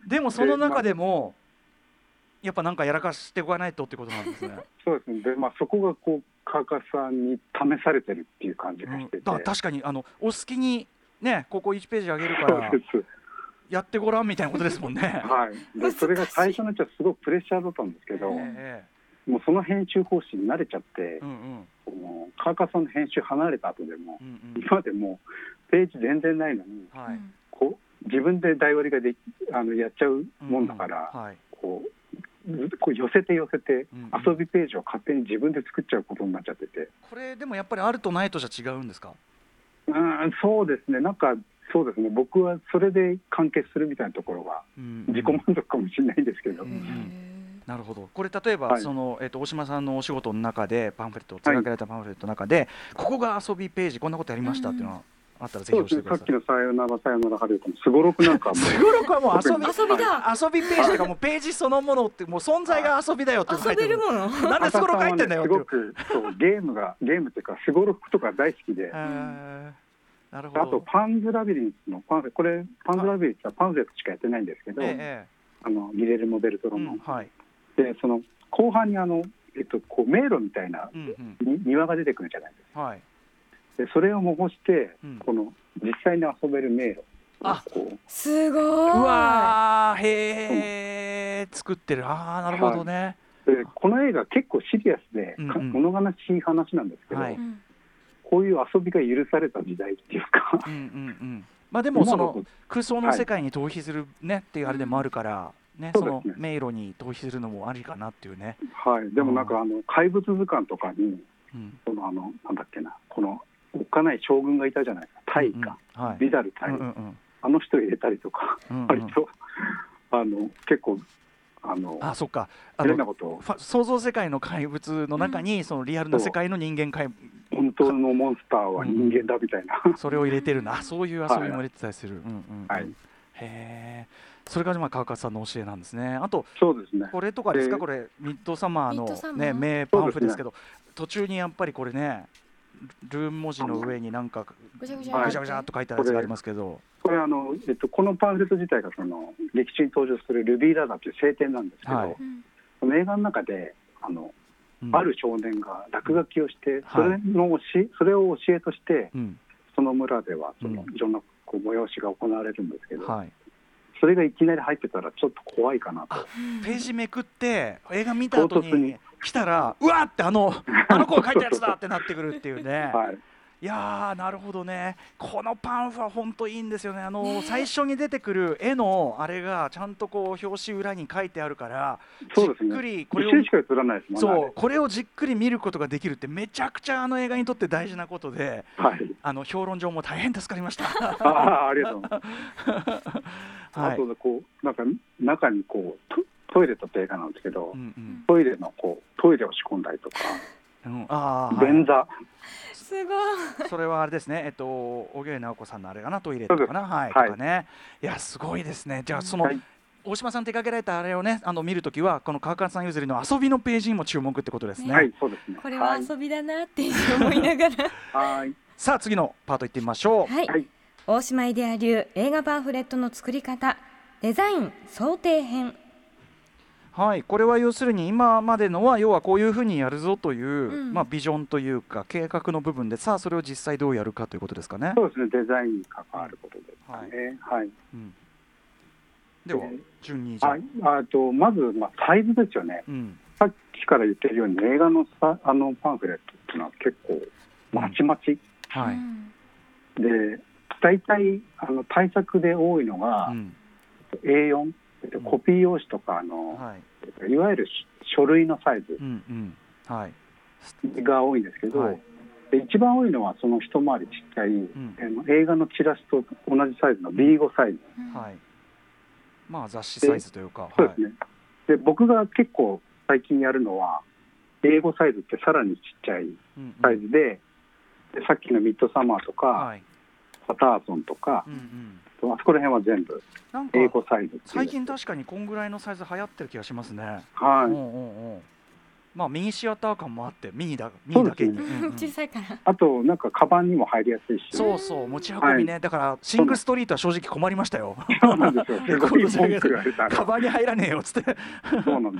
でもその中でもやっぱなんかやらかしておかないとってことなんですね。 そうですね。で、そこがこう川上さんに試されてるっていう感じがしてて、 確かにお好きにねここ1ページあげるからやってごらんみたいなことですもんね。 はい、でそれが最初のうちはすごくプレッシャーだったんですけど、もうその編集方針に慣れちゃって、川上さんの編集離れた後でも、今でもページ全然ないのに、こう自分で台割りがやっちゃうもんだから、こう寄せて遊びページを勝手に自分で作っちゃうことになっちゃってて、 これでもやっぱりあるとないとじゃ違うんですか？ そうですね。なんかそうですね、僕はそれで完結するみたいなところが自己満足かもしれないんですけど、 なるほど。これ例えば、大島さんのお仕事の中でパンフレットを手掛けられたパンフレットの中で、ここが遊びページこんなことやりましたっていうのはあったらぜひ教えてください。 さっきのさよならさよならハリウッドのすごろくなんかもすごろくはもう遊びページとかもうページそのものってもう存在が遊びだよって書いてる。なんですごろく入ってんだよって。 すごくゲームっていうかすごろくとか大好きで。 なるほど。 あとパンズラビリンスのパンズラビリンスはパンフレットしかやってないんですけど、ギレルモ・デルトロの、でその後半にこう迷路みたいな庭が出てくるじゃないですか。でそれを模倣して、この実際に遊べる迷路すごい。 うわへー作ってる。なるほどね。 でこの映画結構シリアスで物悲しい話なんですけど、こういう遊びが許された時代っていうかでもその空想の世界に逃避するねっていうあれでもあるからね、その迷路に逃避するのもありかなっていうね。 でもなんか怪物図鑑とかになんだっけな、このおっかない将軍がいたじゃないですか。タイかビダルタイ、あの人入れたりとか、割と結構そっか変なことを想像世界の怪物の中にそのリアルな世界の人間本当のモンスターは人間だみたいな、 それを入れてるな。そういう遊びも入れてたりする。へー、それが川上さんの教えなんですね。あとそうですね、 これとかですか、これミッドサマーのね名パンフですけど、途中にやっぱりこれねルーン文字の上になんかぐちゃぐちゃっと書いてあるやつがありますけど、 これこのパンフレット自体がその劇中に登場するルビーラダーという聖典なんですけど、その映画の中である少年が落書きをして、それを教えとして、その村ではいろんな催しが行われるんですけど、それがいきなり入ってたらちょっと怖いかなと。 ページめくって映画見た後に来たらうわってあの子が書いたやつだってなってくるっていうね。いやーなるほどね。このパンフは本当いいんですよね。最初に出てくる絵のあれがちゃんとこう表紙裏に書いてあるから、じっくりこれをこれをじっくり見ることができるってめちゃくちゃ映画にとって大事なことで、評論上も大変助かりました。 ありがとうございます。あとこうなんか中にこうトイレと映画なんですけど、トイレを仕込んだりとか、便座、 すごい。 それはあれですね。小木直子さんのあれかな、トイレとかな、とかね。いやすごいですね。じゃあその大島さん手掛けられたあれをね見るときはこの川上さん譲りの遊びのページにも注目ってことですね。 そうですね。 これは遊びだなって思いながら。 さあ次のパートいってみましょう。大島イデア流映画パンフレットの作り方デザイン想定編。 これは要するに今までのは要はこういうふうにやるぞという、ビジョンというか計画の部分で、さあそれを実際どうやるかということですかね。 そうですね、デザインに関わることですね。 では順にじゃまずサイズですよね。さっきから言ってるように映画のパンフレットっていうのは結構まちまち、で大体対策で多いのが、A4、コピー用紙とかいわゆる書類のサイズが多いんですけど、一番多いのはその一回りちっちゃい、映画のチラシと同じサイズの B5 サイズ、 雑誌サイズというか、 そうですね。で僕が結構最近やるのは A5 サイズってさらにちっちゃいサイズで、 でさっきのミッドサマーとか、 はい、 パターソンとか、あそこら辺は全部なんか英語サイズ。 最近確かにこんぐらいのサイズ流行ってる気がしますね。 はい。 まあミニシアター感もあってミニだけに、 小さいから。 あとなんかカバンにも入りやすいし。 そうそう、持ち運びね、だからシングストリートは正直困りましたよ。 そうなんですよ。すごい文句が出た。 カバンに入らねえよっつって。 そうなんです。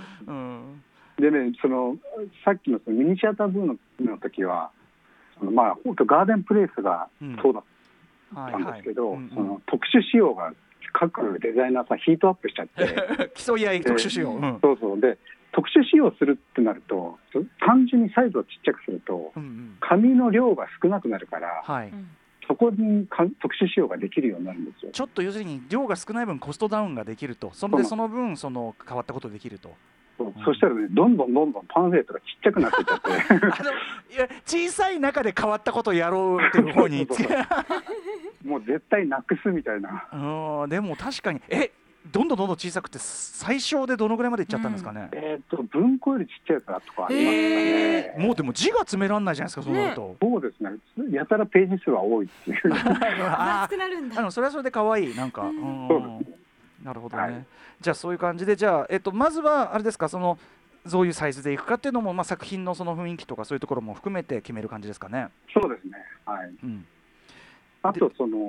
でね、さっきのミニシアターブームの時はまあ本当ガーデンプレイスがそうだったんですけど、特殊仕様が各デザイナーさんヒートアップしちゃって競い合い特殊仕様、 そうそう、で特殊仕様するってなると単純にサイズをちっちゃくすると、紙の量が少なくなるから、はい、そこに特殊仕様ができるようになるんですよ。 ちょっと要するに量が少ない分コストダウンができると、その分変わったことできると。 そしたらね、どんどんパンフレットがちっちゃくなっていっちゃっていや小さい中で変わったことをやろうっていう方にもう絶対なくすみたいな。 でも確かにどんどん小さくて最小でどのぐらいまでいっちゃったんですかね。 文庫よりちっちゃいからとかありますかね。 もうでも字が詰めらんないじゃないですか、そうなると。 そうですね、やたらページ数は多いっていう少なくなるんだ。 それはそれで可愛いなんか。 そうですね。 なるほどね、はい、じゃあそういう感じで、じゃあ、まずはあれですか、どういうサイズでいくかっていうのも、作品のその雰囲気とかそういうところも含めて決める感じですかね。 そうですね、はい。あと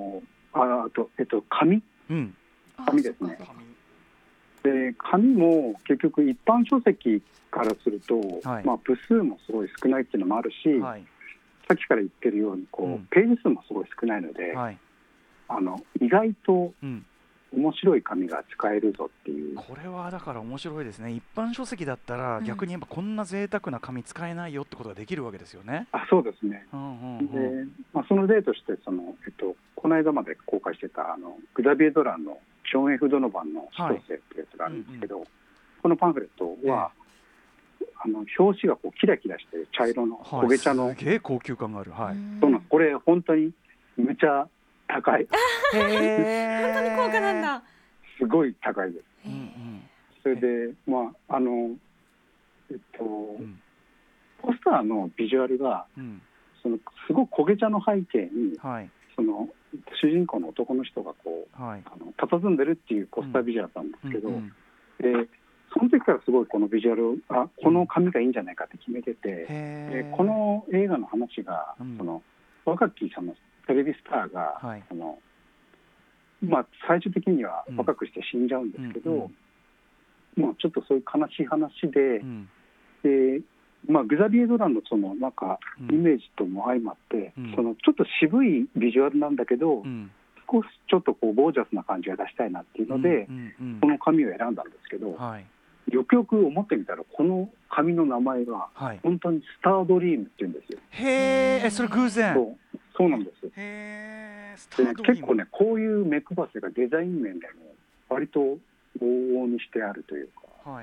紙、紙ですね。で紙も結局一般書籍からすると、部数もすごい少ないっていうのもあるし、さっきから言ってるようにページ数もすごい少ないので、意外と面白い紙が使えるぞっていう。これはだから面白いですね。一般書籍だったら逆にやっぱこんな贅沢な紙使えないよってことができるわけですよね。 そうですね。で、その例としてこの間まで公開してたグダビエドランのジョン・ F ・ドノバンの「小生」っていうやつがあるんですけど、このパンフレットは、表紙がキラキラして茶色の焦げ茶の、 すげえ高級感がある。 そうなんです。これ本当にむちゃ高い。 本当に高価なんだ。 すごい高いです。それでポスターのビジュアルが、すごく焦げ茶の背景に、主人公の男の人が佇んでるっていうポスタービジュアルだったんですけど、でその時からすごいこのビジュアルこの紙がいいんじゃないかって決めてて、この映画の話が、若きテレビスターが、最終的には若くして死んじゃうんですけど、ちょっとそういう悲しい話で、グザビエ・ドランのなんかイメージとも相まって、ちょっと渋いビジュアルなんだけど、少しちょっとゴージャスな感じが出したいなっていうので、この紙を選んだんですけど、よくよく思ってみたらこの紙の名前が本当にスタードリームっていうんですよ。 へえ、それ偶然。 そうなんです。で結構ね、こういう目配せがデザイン面でも割と往々にしてあるというか。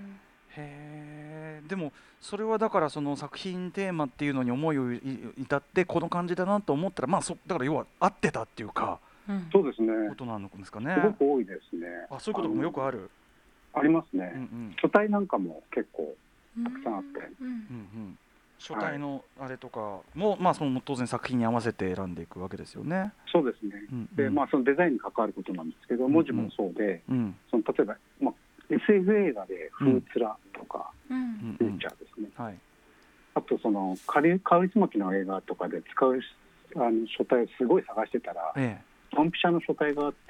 でもそれはだからその作品テーマっていうのに思いを至ってこの感じだなと思ったら、だから要は合ってたっていうか、 そうですね、 ことなのですかね。 すごく多いですね。 そういうこともよくある。 ありますね。書体なんかも結構たくさんあって、 書体のあれとかも、その当然作品に合わせて選んでいくわけですよね。 そうですね。で、そのデザインに関わることなんですけど、文字もそうで、例えば、SF 映画でフーツラとか、フューチャーですね。あとカウリツマキの映画とかで使う書体をすごい探してたら、ドンピシャの書体があって、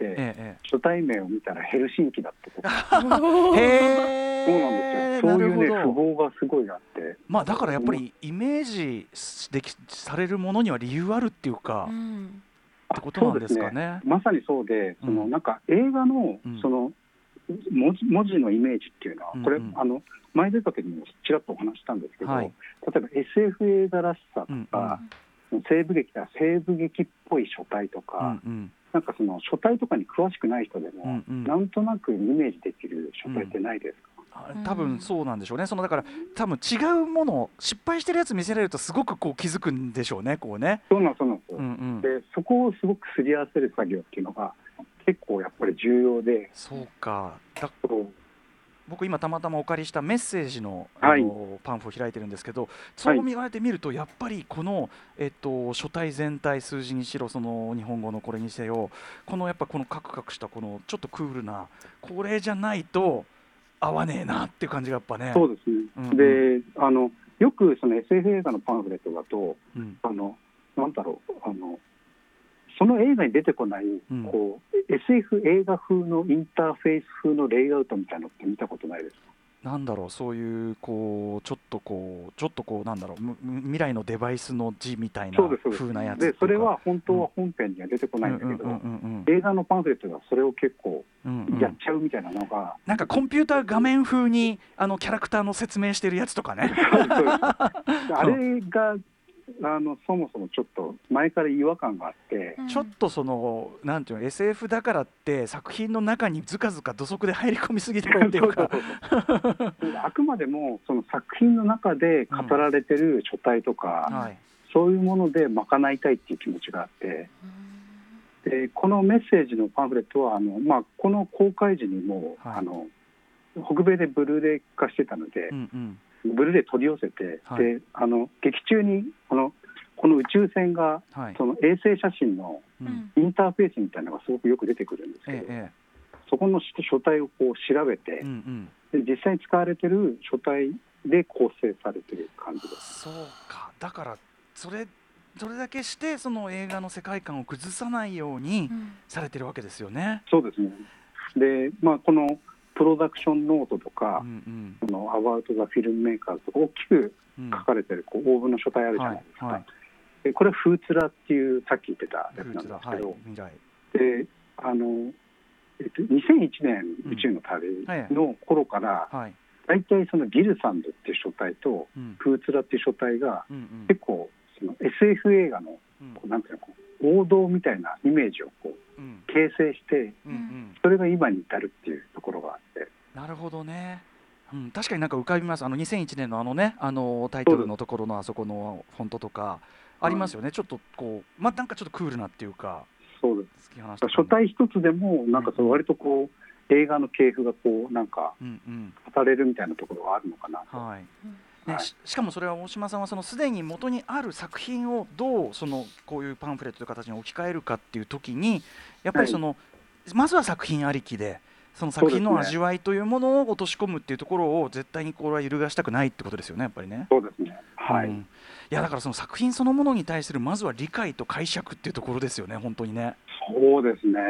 書体名を見たらヘルシンキだってこと。そうなんですよ。そういうね、符号がすごいあって、 だからやっぱりイメージされるものには理由あるっていうか、ってことなんですかね。 まさにそうで、なんか映画の文字のイメージっていうのは、これ前出た時にもちらっとお話したんですけど、例えば SF 映画らしさとか、西部劇っぽい書体とか、なんか書体とかに詳しくない人でも、なんとなくイメージできる書体ってないですか？ 多分そうなんでしょうね。だから多分違うものを失敗してるやつ見せられるとすごく気づくんでしょうね。 そうなんですよ。でそこをすごくすり合わせる作業っていうのが結構やっぱり重要で。 そうか。 僕今たまたまお借りしたメッセージの、 はい、 パンフを開いてるんですけど、そう見られてみるとやっぱりこの、書体全体数字にしろその日本語のこれにせよこのやっぱこのカクカクしたこのちょっとクールなこれじゃないと合わねえなっていう感じがやっぱね。 そうですね、うんうん、でよくその SF 映画のパンフレットだと、うん、なんだろうその映画に出てこない、うん、こう SF 映画風のインターフェース風のレイアウトみたいなのって見たことないですか？ なんだろうそういうこうちょっとこうなんだろう未来のデバイスの字みたいな風なやつでそれは本当は本編には出てこないんだけど、映画のパンフレットがそれを結構やっちゃうみたいなのが、 なんかコンピューター画面風にキャラクターの説明してるやつとかねそうあれがそもそもちょっと前から違和感があって、 ちょっとそのなんていうの SF だからって作品の中にずかずか土足で入り込みすぎてるっていうかあくまでもその作品の中で語られてる書体とか、はい、そういうもので賄いたいっていう気持ちがあって、でこのメッセージのパンフレットはこの公開時にも、はい、北米でブルーレイ化してたので、ブルーレイ取り寄せて、はい、で劇中にこの宇宙船が、はい、その衛星写真のインターフェースみたいなのがすごくよく出てくるんですけど、そこの書体をこう調べて、で実際に使われてる書体で構成されてる感じです。 そうか、だからそれだけしてその映画の世界観を崩さないようにされてるわけですよね。 そうですね。で、このプロダクションノートとか、そのアバウト・ザ・フィルムメーカーズとか大きく書かれてるこう大文の書体あるじゃないですか、はいはい、でこれはフーツラっていうさっき言ってたやつなんですけど、で2001年宇宙の旅の頃から、だいたいそのギルサンドっていう書体と、フーツラっていう書体が、結構その SF 映画の、なんていうの王道みたいなイメージをこう形成して、それが今に至るっていうところがあって。 なるほどね、確かになんか浮かびます。2001年のねタイトルのところのあそこのフォントとかありますよね、ちょっとこうなんかちょっとクールなっていうか。 そうです。書体一つでもなんか割とこう、映画の系譜がこうなんか語れるみたいなところがあるのかなと、はいね、しかもそれは大島さんはそのすでに元にある作品をどうこういうパンフレットという形に置き換えるかっていう時にやっぱりまずは作品ありきでその作品の味わいというものを落とし込むっていうところを絶対にこれは揺るがしたくないってことですよね、やっぱりね。 そうですね、はい、 いやだからその作品そのものに対するまずは理解と解釈っていうところですよね、本当にね。 そうですね、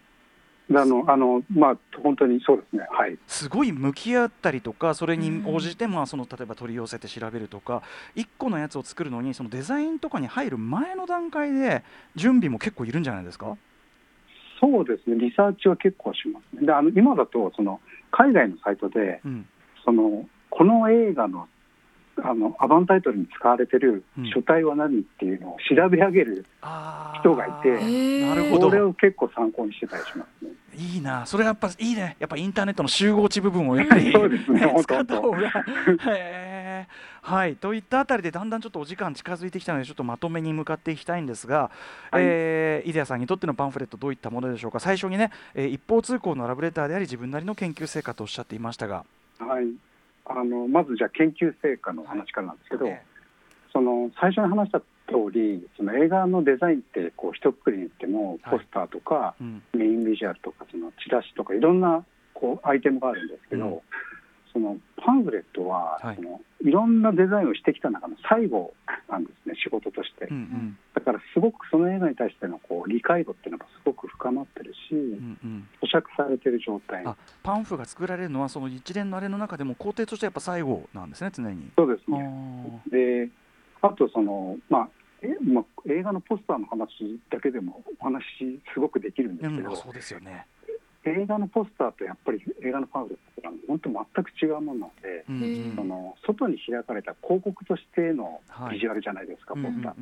本当にそうですね、はい、 すごい向き合ったりとかそれに応じて、例えば取り寄せて調べるとか1個のやつを作るのにそのデザインとかに入る前の段階で準備も結構いるんじゃないですか？ そうですね、リサーチは結構しますね。で今だとその海外のサイトで、この映画のアバンタイトルに使われてる書体は何っていうのを調べ上げる人がいて、 なるほど、 これを結く参考にしてたりしますね。 いいな、それやっぱいいね。やっぱインターネットの集合値部分をやっぱりそうですね、 使った方がはい、といったあたりでだんだんちょっとお時間近づいてきたのでちょっとまとめに向かっていきたいんですが、井出谷さんにとってのパンフレットどういったものでしょうか。最初にね、一方通行のラブレターであり自分なりの研究成果とおっしゃっていましたが、 はい、まずじゃあ研究成果の話からなんですけど、その最初に話した通りその映画のデザインってこう一括りに言ってもポスターとか、メインビジュアルとかそのチラシとかいろんなこうアイテムがあるんですけど、そのパンフレットは、いろんなデザインをしてきた中の最後なんですね、仕事として、だからすごくその映画に対してのこう理解度っていうのがすごく深まってるし、咀嚼されてる状態。 パンフが作られるのはその一連のあれの中でも工程としてやっぱ最後なんですね、常に。 そうですね。であとその、映画のポスターの話だけでもお話すごくできるんですけど、 そうですよね。 映画のポスターとやっぱり映画のパンフレットは本当全く違うものなので、その外に開かれた広告としてのビジュアルじゃないですか、ポスターって。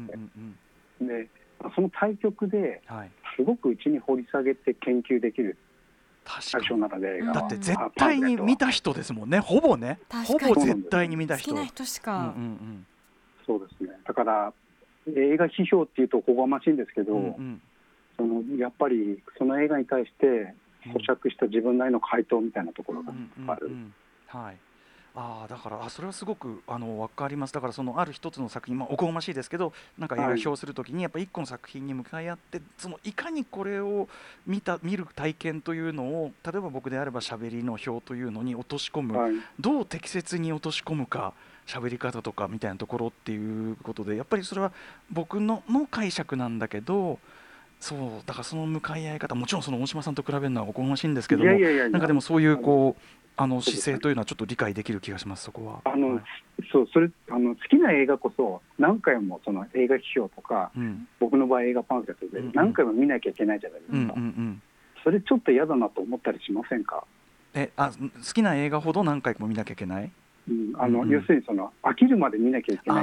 でその対極ですごく内に掘り下げて研究できる対象なので、映画はだって絶対に見た人ですもんね、ほぼね、ほぼ絶対に見た人、 好きな人しか。 そうですね。だから映画批評っていうとおこがましいんですけど、そのやっぱりその映画に対して咀嚼した自分なりの回答みたいなところがある。 はい、だからそれはすごく分かります。だからそのある一つの作品、おこがましいですけど、なんか映画表するときにやっぱ一個の作品に向かい合って、そのいかにこれを見る体験というのを、例えば僕であれば喋りの表というのに落とし込む、どう適切に落とし込むか、喋り方とかみたいなところっていうことで、やっぱりそれは僕の解釈なんだけど、そうだからその向かい合い方、もちろんその大島さんと比べるのはおこがましいんですけども、なんかでもそういう姿勢というのはちょっと理解できる気がします。そこはそれ好きな映画こそ何回もその映画批評とか、僕の場合映画パンフレットで何回も見なきゃいけないじゃないですか。それちょっと嫌だなと思ったりしませんか？ 好きな映画ほど何回も見なきゃいけない、 要するにその飽きるまで見なきゃいけない。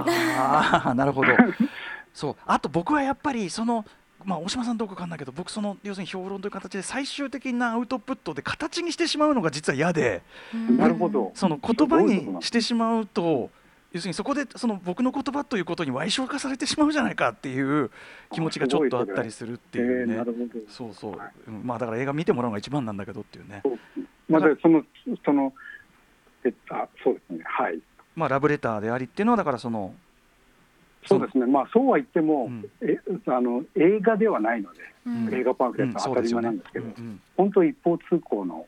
なるほどそうあと僕はやっぱり大島さんどうか分かんないけど、僕要するに評論という形で最終的なアウトプットで形にしてしまうのが実は嫌で、 なるほど、 その言葉にしてしまうと、要するにそこでその僕の言葉ということに賠償化されてしまうじゃないかっていう気持ちがちょっとあったりするっていうね。そうそう、だから映画見てもらうのが一番なんだけどっていうね。 そうですね、はい。 ラブレターでありっていうのはだからそうですね、そうは言っても、映画ではないので、映画パンフレットは当たり前なんですけど、本当一方通行の、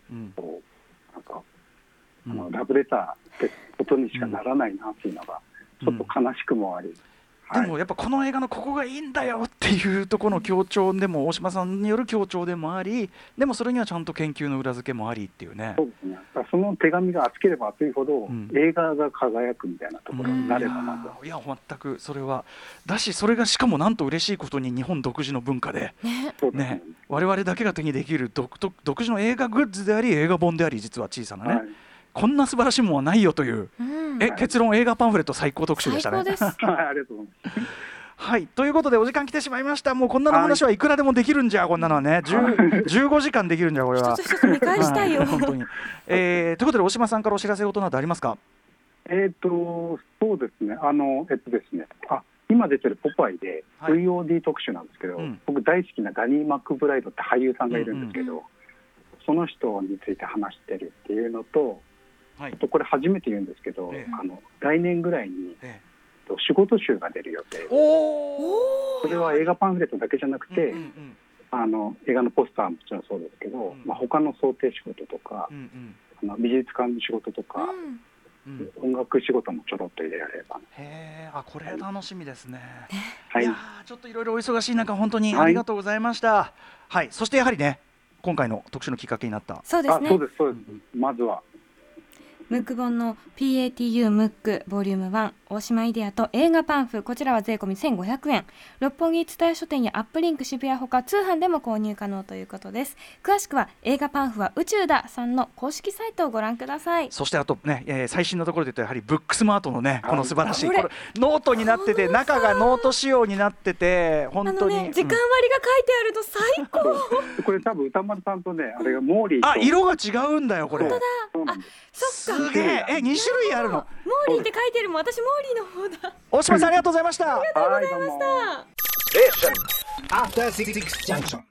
ラブレターってことにしかならないなっていうのがちょっと悲しくもあり、 でもやっぱこの映画のここがいいんだよっていうところの強調でも、大島さんによる強調でもあり、でもそれにはちゃんと研究の裏付けもありっていうね。 そうですね、その手紙が厚ければ厚いほど、映画が輝くみたいなところになればなと。 いや全くそれはだし、それがしかもなんと嬉しいことに日本独自の文化で、我々だけが手にできる独自の映画グッズであり映画本であり、実は小さなね、こんな素晴らしいものはないよという、結論映画パンフレット最高特集でしたね。 ありがとうございます。 はい、ということでお時間来てしまいました。もうこんなの話はいくらでもできるんじゃ、こんなのはね、15時間できるんじゃ、これは。 一つ一つ見返したいよ。 本当に。ということで大島さんからお知らせ事などありますか？ そうですね、ですね、今出てるポパイで VOD 特集なんですけど、僕大好きなダニー・マックブライドって俳優さんがいるんですけど、その人について話してるっていうのと、これ初めて言うんですけど、来年ぐらいに仕事集が出る予定で、それは映画パンフレットだけじゃなくて、映画のポスターももちろんそうですけど、他の想定仕事とか、美術館の仕事とか、音楽仕事もちょろっと入れられれば、 これ楽しみですね。いやちょっといろいろお忙しい中本当にありがとうございました。そしてやはりね、今回の特集のきっかけになった、 そうですね、 そうですまずはムック本の PATU ムックボリューム1大島イデアと映画パンフ、こちらは税込み1500円、六本木蔦屋書店やアップリンク渋谷ほか通販でも購入可能ということです。詳しくは映画パンフは宇宙ださんの公式サイトをご覧ください。 そしてあとね、最新のところで言うとやはりブックスマートのね、この素晴らしいこれノートになってて、中がノート仕様になってて、本当に、 時間割が書いてあるの最高これ多分歌丸さんとね、あれがモーリーと色が違うんだよこれ。 本当だ、そっか、 すげえ、2種類あるの。 モーリーって書いてるもん、私モーリーの方だ。 大島さんありがとうございました。 ありがとうございました。